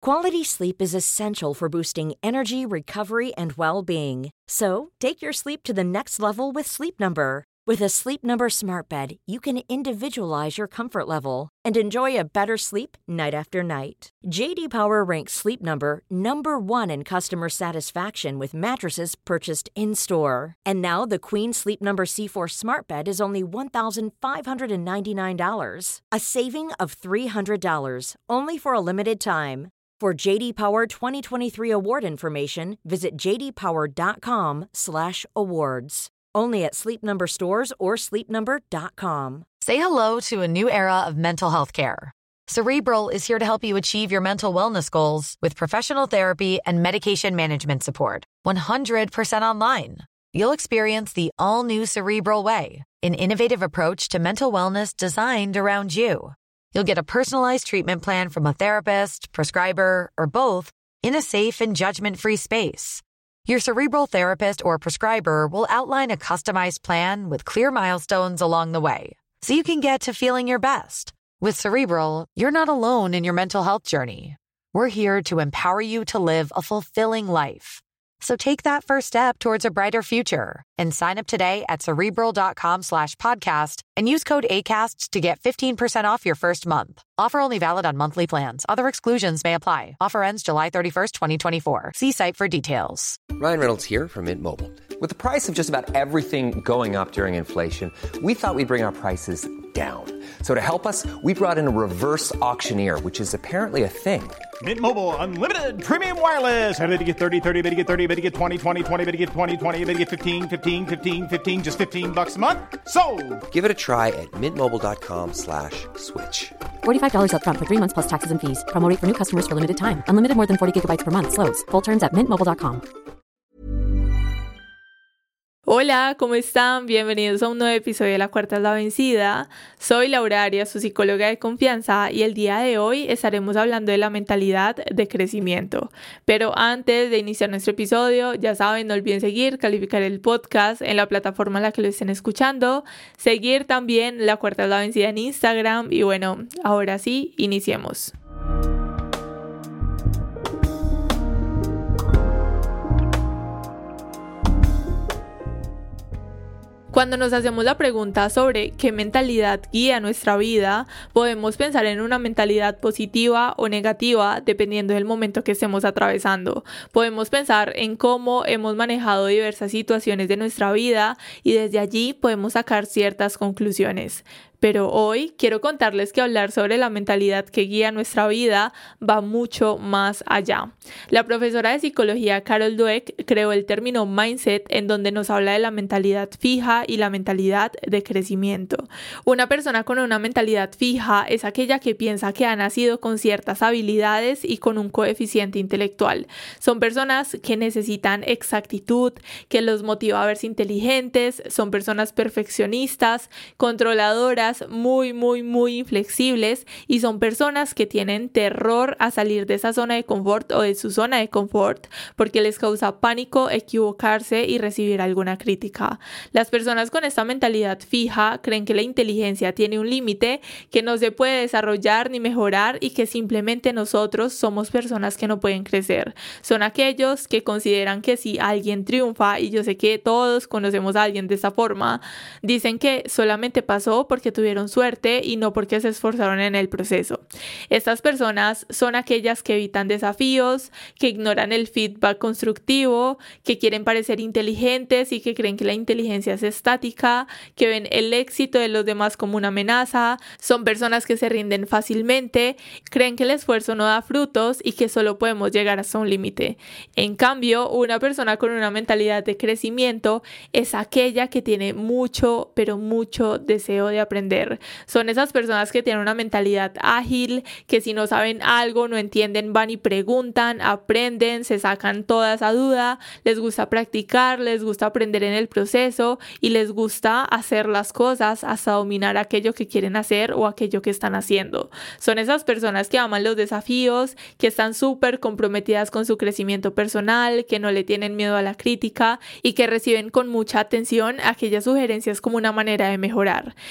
Quality sleep is essential for boosting energy, recovery, and well-being. So, take your sleep to the next level with Sleep Number. With a Sleep Number smart bed, you can individualize your comfort level and enjoy a better sleep night after night. J.D. Power ranks Sleep Number number one in customer satisfaction with mattresses purchased in-store. And now the Queen Sleep Number C4 smart bed is only $1,599, a saving of $300, only for a limited time. For J.D. Power 2023 award information, visit jdpower.com/awards. Only at Sleep Number stores or sleepnumber.com. Say hello to a new era of mental health care. Cerebral is here to help you achieve your mental wellness goals with professional therapy and medication management support. 100% online. You'll experience the all-new Cerebral Way, an innovative approach to mental wellness designed around you. You'll get a personalized treatment plan from a therapist, prescriber, or both in a safe and judgment-free space. Your Cerebral therapist or prescriber will outline a customized plan with clear milestones along the way, so you can get to feeling your best. With Cerebral, you're not alone in your mental health journey. We're here to empower you to live a fulfilling life. So take that first step towards a brighter future and sign up today at Cerebral.com/podcast and use code ACAST to get 15% off your first month. Offer only valid on monthly plans. Other exclusions may apply. Offer ends July 31st, 2024. See site for details. Ryan Reynolds here from Mint Mobile. With the price of just about everything going up during inflation, we thought we'd bring our prices down. So to help us, we brought in a reverse auctioneer, which is apparently a thing. Mint Mobile Unlimited Premium Wireless. How to get 30, 30, bit to get 30, bit to get 20, 20, 20, bit to get 20, 20, bit to get 15, 15, 15, 15, just $15 a month? Sold! Give it a try at mintmobile.com/switch. $45 up front for 3 months plus taxes and fees. Promo rate for new customers for limited time. Unlimited more than 40 gigabytes per month. Slows full terms at mintmobile.com. Hola, ¿cómo están? Bienvenidos a un nuevo episodio de La Cuarta es la Vencida. Soy Laura Arias, su psicóloga de confianza, y el día de hoy estaremos hablando de la mentalidad de crecimiento. Pero antes de iniciar nuestro episodio, ya saben, no olviden seguir, calificar el podcast en la plataforma en la que lo estén escuchando, seguir también La Cuarta es la Vencida en Instagram, y bueno, ahora sí, iniciemos. Cuando nos hacemos la pregunta sobre qué mentalidad guía nuestra vida, podemos pensar en una mentalidad positiva o negativa dependiendo del momento que estemos atravesando. Podemos pensar en cómo hemos manejado diversas situaciones de nuestra vida y desde allí podemos sacar ciertas conclusiones. Pero hoy quiero contarles que hablar sobre la mentalidad que guía nuestra vida va mucho más allá. La profesora de psicología Carol Dweck creó el término mindset, en donde nos habla de la mentalidad fija y la mentalidad de crecimiento. Una persona con una mentalidad fija es aquella que piensa que ha nacido con ciertas habilidades y con un coeficiente intelectual. Son personas que necesitan exactitud, que los motiva a verse inteligentes, son personas perfeccionistas, controladoras, muy inflexibles, y son personas que tienen terror a salir de esa zona de confort o de su zona de confort porque les causa pánico equivocarse y recibir alguna crítica. Las personas con esta mentalidad fija creen que la inteligencia tiene un límite, que no se puede desarrollar ni mejorar y que simplemente nosotros somos personas que no pueden crecer. Son aquellos que consideran que si alguien triunfa, y yo sé que todos conocemos a alguien de esta forma, dicen que solamente pasó porque tuvieron suerte y no porque se esforzaron en el proceso. Estas personas son aquellas que evitan desafíos, que ignoran el feedback constructivo, que quieren parecer inteligentes y que creen que la inteligencia es estática, que ven el éxito de los demás como una amenaza. Son personas que se rinden fácilmente, creen que el esfuerzo no da frutos y que solo podemos llegar hasta un límite. En cambio, una persona con una mentalidad de crecimiento es aquella que tiene mucho, pero mucho deseo de aprender. Son esas personas que tienen una mentalidad ágil, que si no saben algo, no entienden, van y preguntan, aprenden, se sacan toda esa duda, les gusta practicar, les gusta aprender en el proceso y les gusta hacer las cosas hasta dominar aquello que quieren hacer o aquello que están haciendo. Son esas personas que aman los desafíos, que están súper comprometidas con su crecimiento personal, que no le tienen miedo a la crítica y que reciben con mucha atención aquellas sugerencias como una manera de mejorar. Esas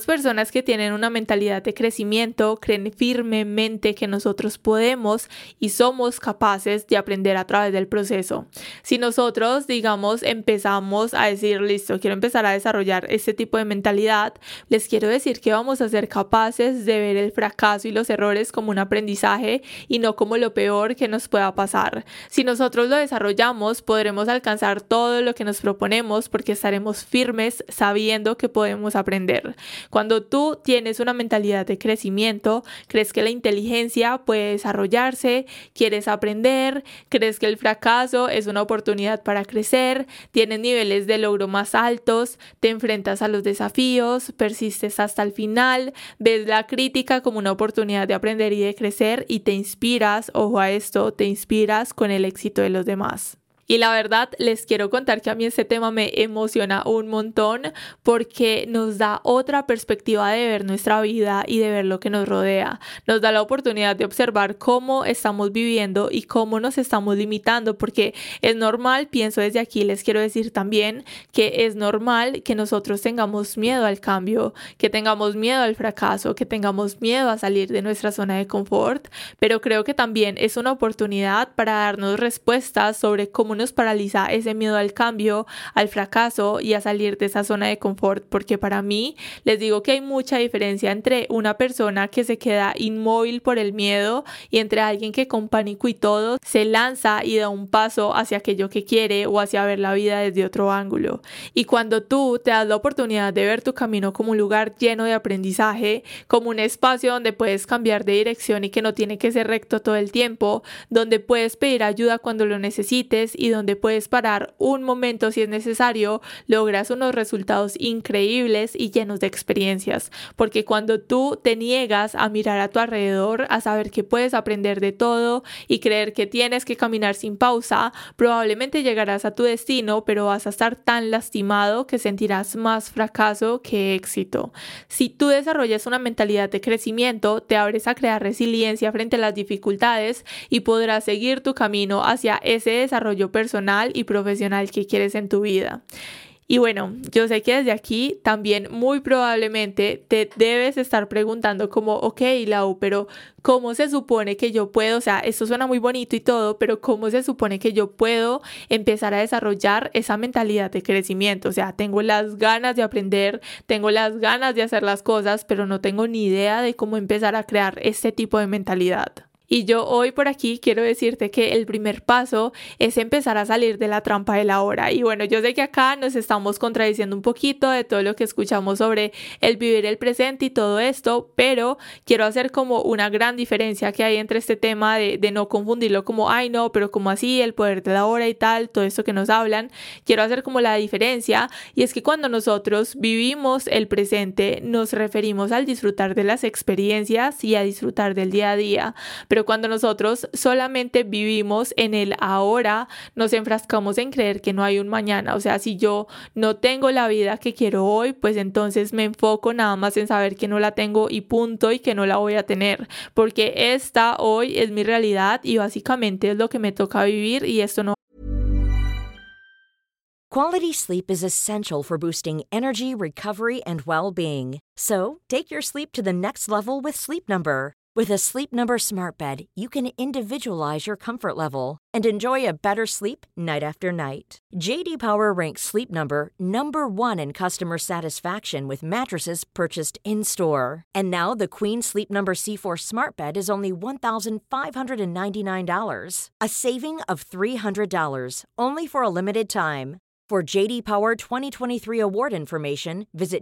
personas que tienen una mentalidad de crecimiento creen firmemente que nosotros podemos y somos capaces de aprender a través del proceso. Si nosotros, digamos, empezamos a decir, listo, quiero empezar a desarrollar este tipo de mentalidad, les quiero decir que vamos a ser capaces de ver el fracaso y los errores como un aprendizaje y no como lo peor que nos pueda pasar. Si nosotros lo desarrollamos, podremos alcanzar todo lo que nos proponemos porque estaremos firmes sabiendo que podemos aprender. Cuando tú tienes una mentalidad de crecimiento, crees que la inteligencia puede desarrollarse, quieres aprender, crees que el fracaso es una oportunidad para crecer, tienes niveles de logro más altos, te enfrentas a los desafíos, persistes hasta el final, ves la crítica como una oportunidad de aprender y de crecer y te inspiras, ojo a esto, te inspiras con el éxito de los demás. Y la verdad, les quiero contar que a mí este tema me emociona un montón porque nos da otra perspectiva de ver nuestra vida y de ver lo que nos rodea. Nos da la oportunidad de observar cómo estamos viviendo y cómo nos estamos limitando, porque es normal, pienso desde aquí, les quiero decir también que es normal que nosotros tengamos miedo al cambio, que tengamos miedo al fracaso, que tengamos miedo a salir de nuestra zona de confort, pero creo que también es una oportunidad para darnos respuestas sobre cómo nos paraliza ese miedo al cambio, al fracaso y a salir de esa zona de confort, porque para mí les digo que hay mucha diferencia entre una persona que se queda inmóvil por el miedo y entre alguien que con pánico y todo se lanza y da un paso hacia aquello que quiere o hacia ver la vida desde otro ángulo. Y cuando tú te das la oportunidad de ver tu camino como un lugar lleno de aprendizaje, como un espacio donde puedes cambiar de dirección y que no tiene que ser recto todo el tiempo, donde puedes pedir ayuda cuando lo necesites y donde puedes parar un momento si es necesario, logras unos resultados increíbles y llenos de experiencias. Porque cuando tú te niegas a mirar a tu alrededor, a saber que puedes aprender de todo y creer que tienes que caminar sin pausa, probablemente llegarás a tu destino, pero vas a estar tan lastimado que sentirás más fracaso que éxito. Si tú desarrollas una mentalidad de crecimiento, te abres a crear resiliencia frente a las dificultades y podrás seguir tu camino hacia ese desarrollo personal y profesional que quieres en tu vida. Y bueno, yo sé que desde aquí también muy probablemente te debes estar preguntando como, ok, Lau, pero ¿cómo se supone que yo puedo? O sea, esto suena muy bonito y todo, pero ¿cómo se supone que yo puedo empezar a desarrollar esa mentalidad de crecimiento? O sea, tengo las ganas de aprender, tengo las ganas de hacer las cosas, pero no tengo ni idea de cómo empezar a crear este tipo de mentalidad. Y yo hoy por aquí quiero decirte que el primer paso es empezar a salir de la trampa de la hora. Y bueno, yo sé que acá nos estamos contradiciendo un poquito de todo lo que escuchamos sobre el vivir el presente y todo esto, pero quiero hacer como una gran diferencia que hay entre este tema de no confundirlo como, ay no, pero como así, el poder de la hora y tal, todo esto que nos hablan. Quiero hacer como la diferencia y es que cuando nosotros vivimos el presente nos referimos al disfrutar de las experiencias y a disfrutar del día a día. Pero cuando nosotros solamente vivimos en el ahora, nos enfrascamos en creer que no hay un mañana. O sea, si yo no tengo la vida que quiero hoy, pues entonces me enfoco nada más en saber que no la tengo y punto, y que no la voy a tener. Porque esta hoy es mi realidad y básicamente es lo que me toca vivir y esto no. Quality sleep is essential for boosting energy, recovery, and well-being. So, take your sleep to the next level with Sleep Number. With a Sleep Number smart bed, you can individualize your comfort level and enjoy a better sleep night after night. J.D. Power ranks Sleep Number #1 in customer satisfaction with mattresses purchased in-store. And now the Queen Sleep Number C4 smart bed is only $1,599, a saving of $300, only for a limited time. For J.D. Power 2023 award information, visit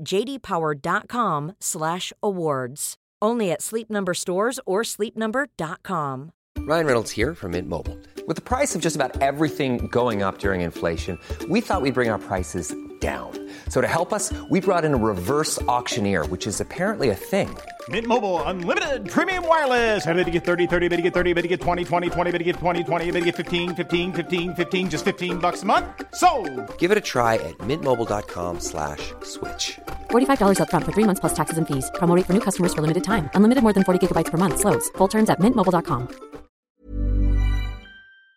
jdpower.com/awards. Only at Sleep Number stores or sleepnumber.com. Ryan Reynolds here from Mint Mobile. With the price of just about everything going up during inflation, we thought we'd bring our prices down. So to help us, we brought in a reverse auctioneer, which is apparently a thing. Mint Mobile Unlimited Premium Wireless. How to get 30, 30, bit to get 30, bit to get 20, 20, 20, bit to get 20, 20, bit to get 15, 15, 15, 15, just $15 a month? Sold! Give it a try at mintmobile.com/switch. $45 up front for 3 months plus taxes and fees. Promo rate for new customers for limited time. Unlimited more than 40 gigabytes per month slows. Full terms at mintmobile.com.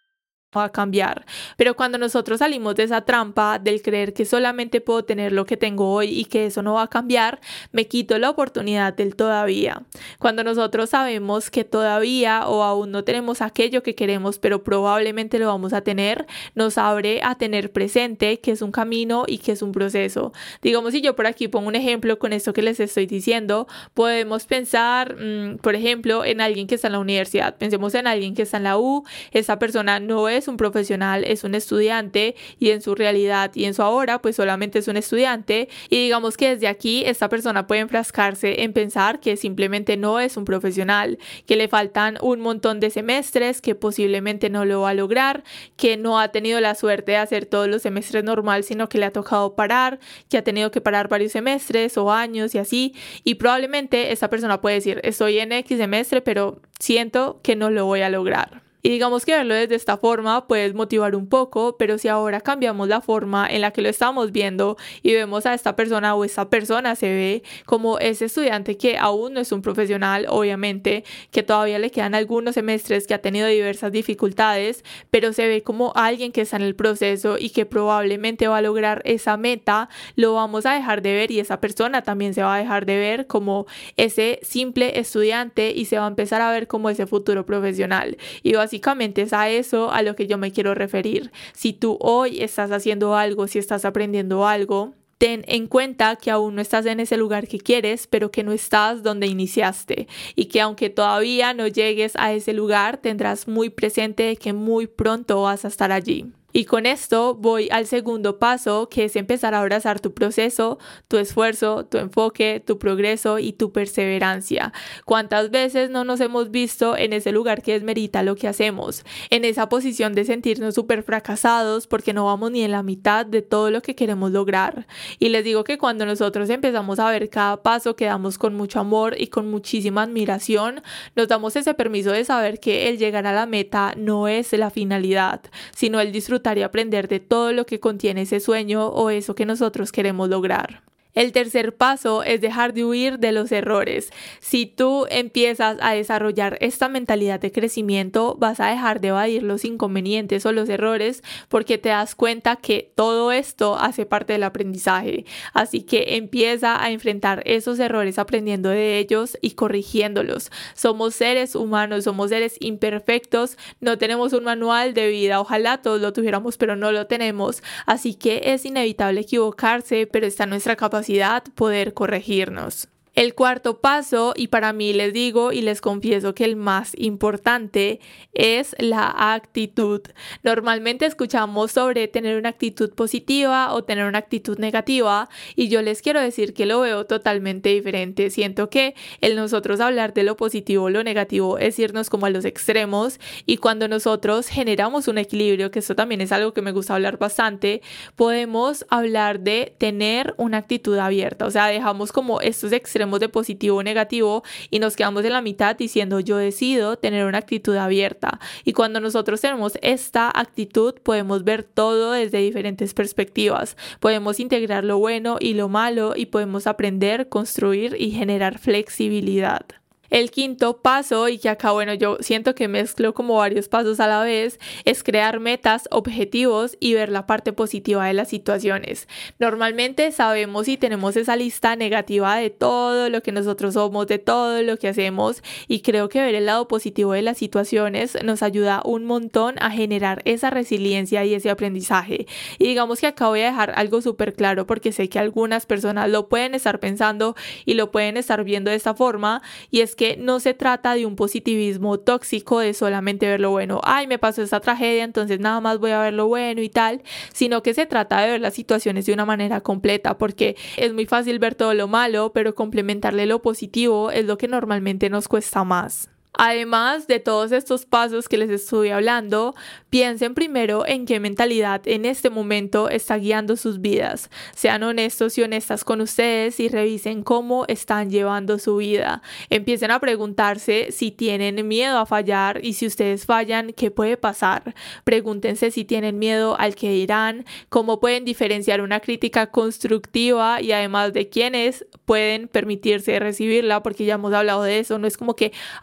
va a cambiar. Pero cuando nosotros salimos de esa trampa del creer que solamente puedo tener lo que tengo hoy y que eso no va a cambiar, me quito la oportunidad del todavía. Cuando nosotros sabemos que todavía o aún no tenemos aquello que queremos, pero probablemente lo vamos a tener, nos abre a tener presente que es un camino y que es un proceso. Digamos, si yo por aquí pongo un ejemplo con esto que les estoy diciendo, podemos pensar, por ejemplo, en alguien que está en la universidad. Pensemos en alguien que está en la U. Esa persona no es un profesional, es un estudiante, y en su realidad y en su ahora pues solamente es un estudiante, y digamos que desde aquí esta persona puede enfrascarse en pensar que simplemente no es un profesional, que le faltan un montón de semestres, que posiblemente no lo va a lograr, que no ha tenido la suerte de hacer todos los semestres normal, sino que le ha tocado parar, que ha tenido que parar varios semestres o años y así, y probablemente esta persona puede decir, estoy en X semestre pero siento que no lo voy a lograr. Y digamos que verlo desde esta forma puede motivar un poco, pero si ahora cambiamos la forma en la que lo estamos viendo y vemos a esta persona o esta persona se ve como ese estudiante que aún no es un profesional, obviamente, que todavía le quedan algunos semestres, que ha tenido diversas dificultades, pero se ve como alguien que está en el proceso y que probablemente va a lograr esa meta, lo vamos a dejar de ver y esa persona también se va a dejar de ver como ese simple estudiante y se va a empezar a ver como ese futuro profesional. Y básicamente es a eso a lo que yo me quiero referir. Si tú hoy estás haciendo algo, si estás aprendiendo algo, ten en cuenta que aún no estás en ese lugar que quieres, pero que no estás donde iniciaste, y que aunque todavía no llegues a ese lugar, tendrás muy presente que muy pronto vas a estar allí. Y con esto voy al segundo paso, que es empezar a abrazar tu proceso, tu esfuerzo, tu enfoque, tu progreso y tu perseverancia. ¿Cuántas veces no nos hemos visto en ese lugar que desmerita lo que hacemos? En esa posición de sentirnos súper fracasados porque no vamos ni en la mitad de todo lo que queremos lograr. Y les digo que cuando nosotros empezamos a ver cada paso que damos con mucho amor y con muchísima admiración, nos damos ese permiso de saber que el llegar a la meta no es la finalidad, sino el disfrutar y aprender de todo lo que contiene ese sueño o eso que nosotros queremos lograr. El tercer paso es dejar de huir de los errores. Si tú empiezas a desarrollar esta mentalidad de crecimiento, vas a dejar de evadir los inconvenientes o los errores porque te das cuenta que todo esto hace parte del aprendizaje. Así que empieza a enfrentar esos errores aprendiendo de ellos y corrigiéndolos. Somos seres humanos, somos seres imperfectos, no tenemos un manual de vida. Ojalá todos lo tuviéramos, pero no lo tenemos. Así que es inevitable equivocarse, pero está en nuestra capacidad poder corregirnos. El cuarto paso, y para mí les digo y les confieso que el más importante, es la actitud. Normalmente escuchamos sobre tener una actitud positiva o tener una actitud negativa, y yo les quiero decir que lo veo totalmente diferente. Siento que el nosotros hablar de lo positivo o lo negativo es irnos como a los extremos, y cuando nosotros generamos un equilibrio, que esto también es algo que me gusta hablar bastante, podemos hablar de tener una actitud abierta. O sea, dejamos como estos extremos de positivo o negativo y nos quedamos en la mitad diciendo yo decido tener una actitud abierta. Y cuando nosotros tenemos esta actitud podemos ver todo desde diferentes perspectivas, podemos integrar lo bueno y lo malo y podemos aprender, construir y generar flexibilidad. El quinto paso, y que acá, yo siento que mezclo como varios pasos a la vez, es crear metas, objetivos y ver la parte positiva de las situaciones. Normalmente sabemos y tenemos esa lista negativa de todo lo que nosotros somos, de todo lo que hacemos, y creo que ver el lado positivo de las situaciones nos ayuda un montón a generar esa resiliencia y ese aprendizaje. Y digamos que acá voy a dejar algo súper claro porque sé que algunas personas lo pueden estar pensando y lo pueden estar viendo de esta forma, y es que no se trata de un positivismo tóxico de solamente ver lo bueno. Ay, me pasó esta tragedia, entonces nada más voy a ver lo bueno y tal, sino que se trata de ver las situaciones de una manera completa, porque es muy fácil ver todo lo malo, pero complementarle lo positivo es lo que normalmente nos cuesta más. Además de todos estos pasos que les estuve hablando, piensen primero en qué mentalidad en este momento está guiando sus vidas. Sean honestos y honestas con ustedes y revisen cómo están llevando su vida. Empiecen a preguntarse si tienen miedo a fallar, y si ustedes fallan, ¿qué puede pasar? Pregúntense si tienen miedo al que dirán, cómo pueden diferenciar una crítica constructiva y además de quiénes pueden permitirse recibirla, porque ya hemos hablado de eso. No es como que, ay, me dijo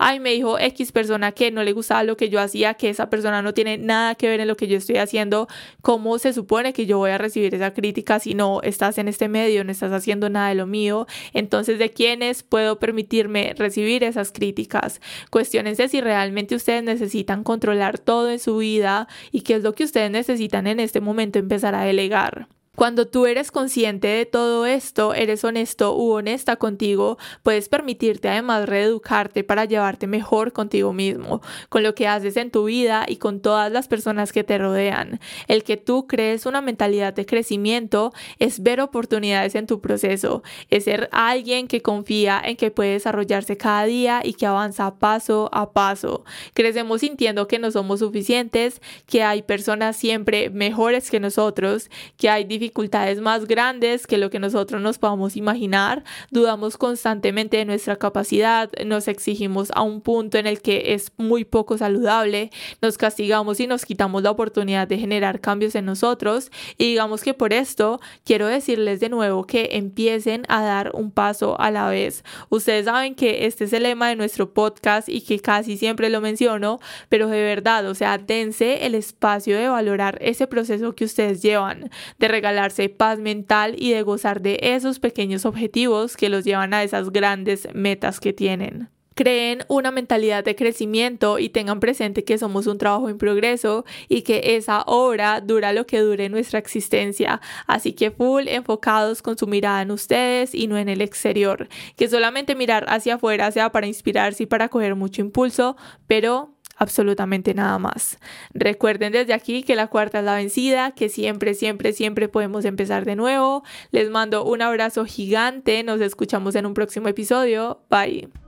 dijo X persona que no le gustaba lo que yo hacía, que esa persona no tiene nada que ver en lo que yo estoy haciendo, ¿cómo se supone que yo voy a recibir esa crítica si no estás en este medio, no estás haciendo nada de lo mío? Entonces, ¿de quiénes puedo permitirme recibir esas críticas? Cuestiónense si realmente ustedes necesitan controlar todo en su vida y qué es lo que ustedes necesitan en este momento empezar a delegar. Cuando tú eres consciente de todo esto, eres honesto u honesta contigo, puedes permitirte además reeducarte para llevarte mejor contigo mismo, con lo que haces en tu vida y con todas las personas que te rodean. El que tú crees una mentalidad de crecimiento es ver oportunidades en tu proceso, es ser alguien que confía en que puede desarrollarse cada día y que avanza paso a paso. Crecemos sintiendo que no somos suficientes, que hay personas siempre mejores que nosotros, que hay dificultades más grandes que lo que nosotros nos podamos imaginar, dudamos constantemente de nuestra capacidad, nos exigimos a un punto en el que es muy poco saludable, nos castigamos y nos quitamos la oportunidad de generar cambios en nosotros, y digamos que por esto quiero decirles de nuevo que empiecen a dar un paso a la vez. Ustedes saben que este es el lema de nuestro podcast y que casi siempre lo menciono, pero de verdad, o sea, dense el espacio de valorar ese proceso que ustedes llevan, de regalarse paz mental y de gozar de esos pequeños objetivos que los llevan a esas grandes metas que tienen. Creen una mentalidad de crecimiento y tengan presente que somos un trabajo en progreso y que esa obra dura lo que dure nuestra existencia. Así que full enfocados con su mirada en ustedes y no en el exterior. Que solamente mirar hacia afuera sea para inspirarse y para coger mucho impulso, pero absolutamente nada más. Recuerden desde aquí que la cuarta es la vencida, que siempre, siempre, siempre podemos empezar de nuevo. Les mando un abrazo gigante. Nos escuchamos en un próximo episodio. Bye.